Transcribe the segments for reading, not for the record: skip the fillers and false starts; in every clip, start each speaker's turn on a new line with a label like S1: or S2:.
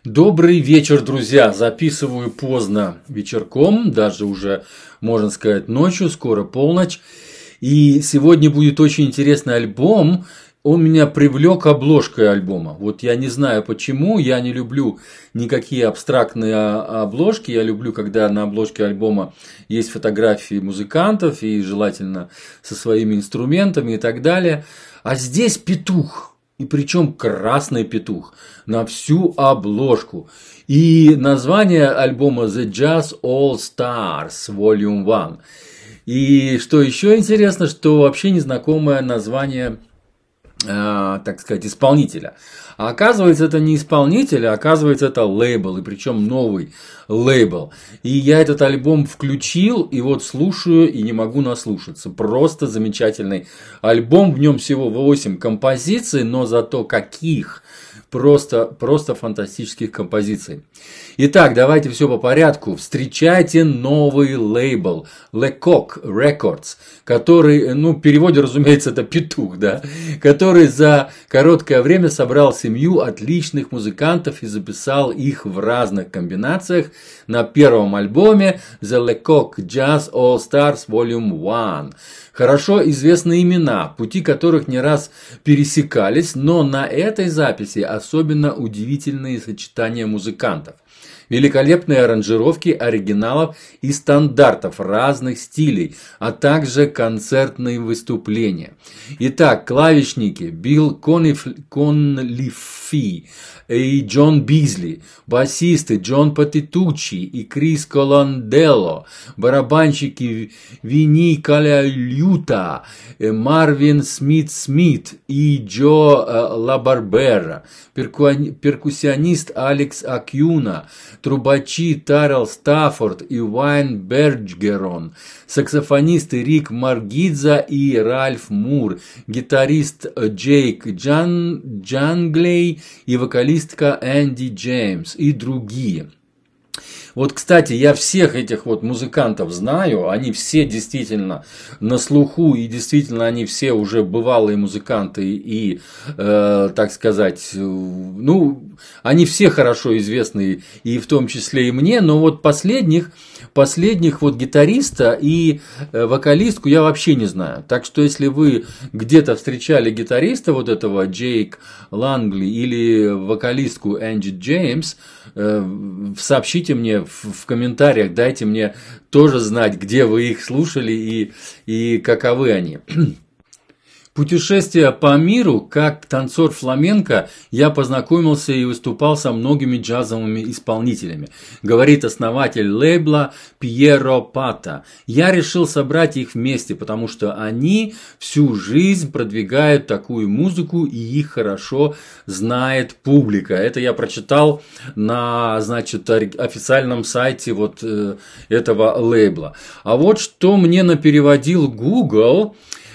S1: Добрый вечер, друзья! Записываю поздно вечерком, даже уже, можно сказать, ночью, скоро полночь. И сегодня будет очень интересный альбом. Он меня привлек обложкой альбома. Вот я не знаю почему, я не люблю никакие абстрактные обложки. Я люблю, когда на обложке альбома есть фотографии музыкантов и желательно со своими инструментами и так далее. А здесь петух. И причем красный петух на всю обложку. И название альбома The Jazz All Stars Volume 1. И что еще интересно, что вообще незнакомое название, так сказать, исполнителя. А оказывается, это не исполнитель, а оказывается, это лейбл, и причем новый лейбл. И я этот альбом включил, и вот слушаю, и не могу наслушаться. Просто замечательный альбом, в нем всего 8 композиций, но зато каких! Просто фантастических композиций. Итак, давайте все по порядку. Встречайте новый лейбл Lecoq Records, который, в переводе, разумеется, это петух, да, который за короткое время собрал семью отличных музыкантов и записал их в разных комбинациях на первом альбоме The Lecoq Jazz All Stars Volume 1. Хорошо известны имена, пути которых не раз пересекались, но на этой записи особенно удивительные сочетания музыкантов. Великолепные аранжировки оригиналов и стандартов разных стилей, а также концертные выступления. Итак, клавишники Билл Конлифи и Джон Бизли, басисты Джон Патитуччи и Крис Коланделло, барабанщики Винни Каляльюта, Марвин Смит и Джо Лабарбера, перкуссионист Алекс Акьюна, трубачи Тарел Стаффорд и Уайн Берджгерон, саксофонисты Рик Маргидза и Ральф Мур, гитарист Джейк Джанглей и вокалистка Энди Джеймс и другие. Вот, кстати, я всех этих вот музыкантов знаю, они все действительно на слуху, и действительно они все уже бывалые музыканты, и, так сказать, они все хорошо известны, и в том числе и мне, но вот последних вот гитариста и вокалистку я вообще не знаю. Так что, если вы где-то встречали гитариста вот этого Джейк Лангли или вокалистку Энди Джеймс, сообщите мне в комментариях, дайте мне тоже знать, где вы их слушали и каковы они. Путешествие по миру, как танцор фламенко, я познакомился и выступал со многими джазовыми исполнителями, говорит основатель лейбла Пьеро Пата. Я решил собрать их вместе, потому что они всю жизнь продвигают такую музыку, и их хорошо знает публика. Это я прочитал на, официальном сайте вот этого лейбла. А вот что мне напереводил Google.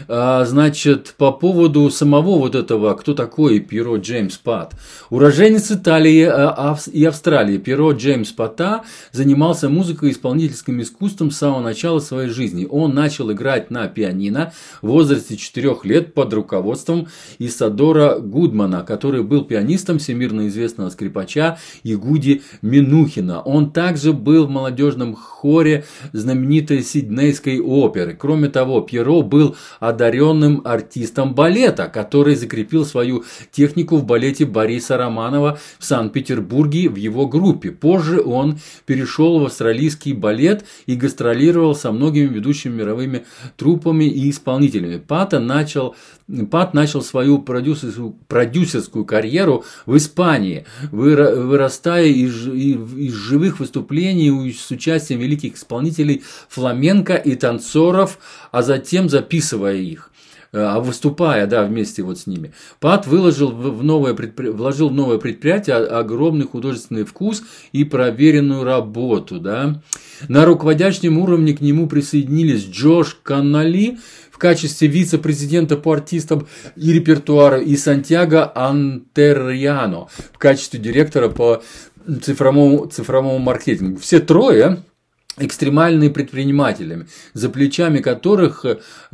S1: По поводу самого вот этого, кто такой Пьеро Джеймс Пат. Уроженец Италии и Австралии, Пьеро Джеймс Пата занимался музыкой и исполнительским искусством с самого начала своей жизни. Он начал играть на пианино в возрасте 4 лет под руководством Исидора Гудмана, который был пианистом всемирно известного скрипача Ягуди Минухина. Он также был в молодежном хоре знаменитой Сиднейской оперы. Кроме того, Пьеро был одаренным артистом балета, который закрепил свою технику в балете Бориса Романова в Санкт-Петербурге в его группе. Позже он перешел в австралийский балет и гастролировал со многими ведущими мировыми труппами и исполнителями. Пат начал свою продюсерскую карьеру в Испании, вырастая из живых выступлений с участием великих исполнителей фламенко и танцоров, а затем записывая их. Выступая, вместе вот с ними. Пат вложил в новое предприятие огромный художественный вкус и проверенную работу. Да. На руководящем уровне к нему присоединились Джош Конноли в качестве вице-президента по артистам и репертуару и Сантьяго Антерьяно в качестве директора по цифровому маркетингу. Все трое экстремальными предпринимателями, за плечами которых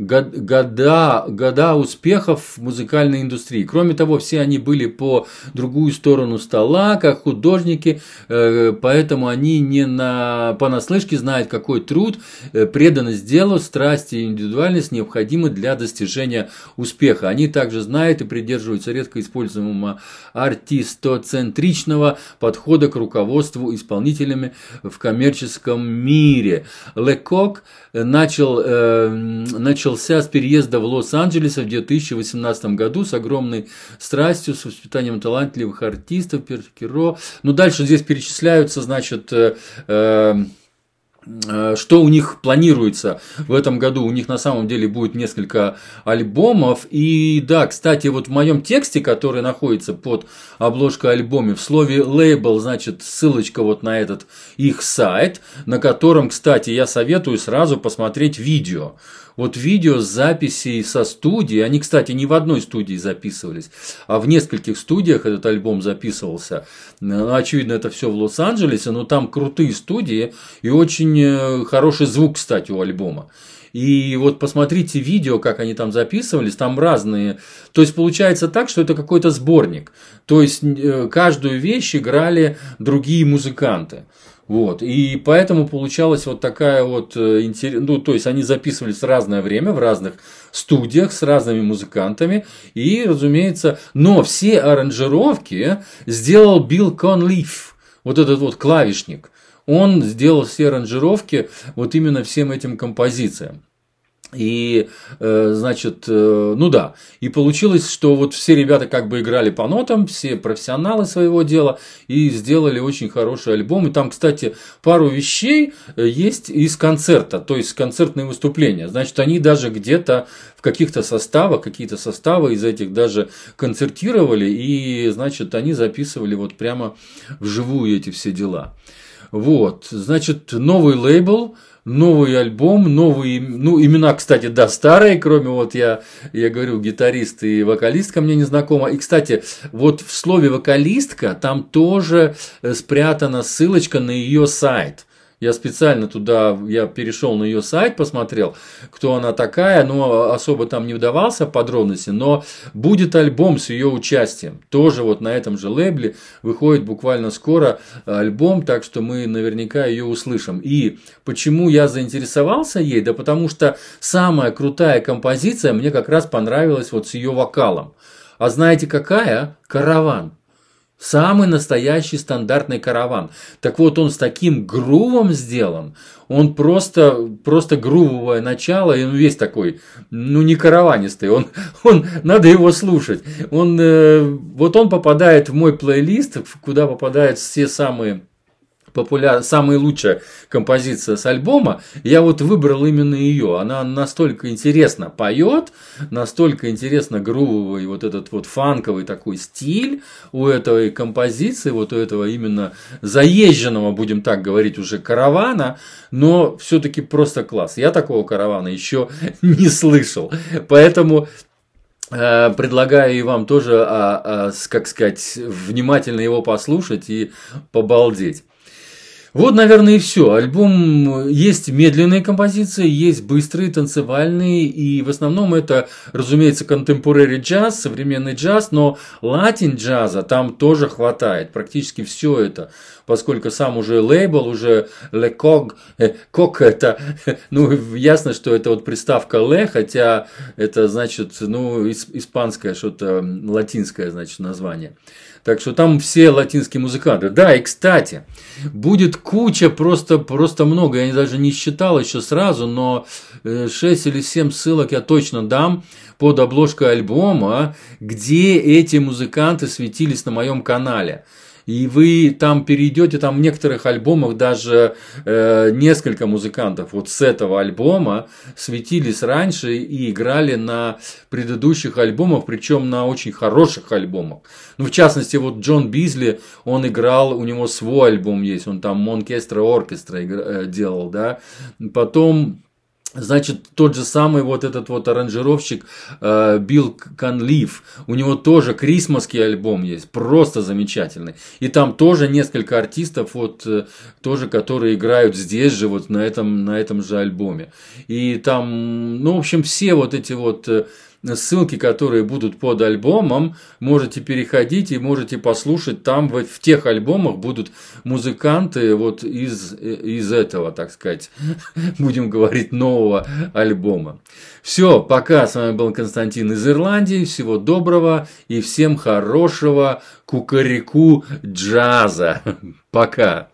S1: года успехов в музыкальной индустрии. Кроме того, все они были по другую сторону стола, как художники, поэтому они не понаслышке знают, какой труд, преданность делу, страсть и индивидуальность необходимы для достижения успеха. Они также знают и придерживаются редко используемого артистоцентричного подхода к руководству исполнителями в коммерческом мире. Лекок начался с переезда в Лос-Анджелес в 2018 году с огромной страстью, с воспитанием талантливых артистов, Перкиро. Ну, дальше здесь перечисляются, значит, что у них планируется в этом году. У них на самом деле будет несколько альбомов. И да, кстати, вот в моем тексте, который находится под обложкой альбома, в слове лейбл, значит, ссылочка вот на этот их сайт, на котором, кстати, я советую сразу посмотреть видео. Вот видео с записей со студии, они, кстати, не в одной студии записывались, а в нескольких студиях этот альбом записывался. Очевидно, это все в Лос-Анджелесе, но там крутые студии и очень хороший звук, кстати, у альбома. И вот посмотрите видео, как они там записывались, там разные. То есть получается так, что это какой-то сборник. То есть каждую вещь играли другие музыканты. Вот, и поэтому получалась вот такая вот интересная, ну, то есть они записывались в разное время, в разных студиях с разными музыкантами, и, разумеется, но все аранжировки сделал Билл Конлиф, вот этот вот клавишник, он сделал все аранжировки вот именно всем этим композициям. И, значит, ну да, и получилось, что вот все ребята как бы играли по нотам, все профессионалы своего дела, и сделали очень хороший альбом. И там, кстати, пару вещей есть из концерта, то есть концертные выступления. Значит, они даже где-то в каких-то составах, какие-то составы из этих даже концертировали, и, значит, они записывали вот прямо вживую эти все дела. Вот, значит, новый лейбл, новый альбом, новые, ну, имена, кстати, да, старые, кроме вот я говорю, гитарист и вокалистка мне не знакома. И, кстати, вот в слове вокалистка там тоже спрятана ссылочка на ее сайт. Я специально туда, я перешел на ее сайт, посмотрел, кто она такая, но особо там не вдавался в подробности, но будет альбом с ее участием. Тоже вот на этом же лейбле выходит буквально скоро альбом, так что мы наверняка ее услышим. И почему я заинтересовался ей? Да потому что самая крутая композиция мне как раз понравилась вот с ее вокалом. А знаете какая? «Караван». Самый настоящий стандартный караван. Так вот, он с таким грувом сделан, он просто грувовое начало, и он весь такой, ну, не караванистый, надо его слушать. Вот он попадает в мой плейлист, куда попадают все самая лучшая композиция с альбома. Я вот выбрал именно ее. Она настолько интересно поет, настолько интересно грувовый вот этот вот фанковый такой стиль у этой композиции, вот у этого именно заезженного, будем так говорить, уже каравана, но все-таки просто класс. Я такого каравана еще не слышал. Поэтому предлагаю и вам тоже, как сказать, внимательно его послушать и побалдеть. Вот, наверное, и все. Альбом, есть медленные композиции, есть быстрые, танцевальные, и в основном это, разумеется, contemporary джаз, современный джаз, но латин джаза там тоже хватает, практически все это, поскольку сам уже лейбл, уже Лекок, кок это, ну, ясно, что это вот приставка ле, хотя это значит, ну, испанское что-то, латинское, значит, название. Так что там все латинские музыканты. Да, и, кстати, будет куча, просто много. Я даже не считал еще сразу, но 6 или 7 ссылок я точно дам под обложкой альбома, где эти музыканты светились на моем канале. И вы там перейдете, там в некоторых альбомах даже несколько музыкантов вот с этого альбома светились раньше и играли на предыдущих альбомах, причем на очень хороших альбомах. Ну, в частности, вот Джон Бизли, он играл, у него свой альбом есть, он там Монкестра Оркестра делал, да. Потом Значит, тот же самый вот этот вот аранжировщик Билл Канлиф, у него тоже крисмасский альбом есть, просто замечательный. И там тоже несколько артистов, вот, тоже, которые играют здесь же, вот на этом же альбоме. И там, ну, в общем, все вот эти вот ссылки, которые будут под альбомом, можете переходить и можете послушать. Там в тех альбомах будут музыканты вот из этого, так сказать, будем говорить, нового альбома. Все, пока. С вами был Константин из Ирландии. Всего доброго и всем хорошего кукареку джаза. Пока.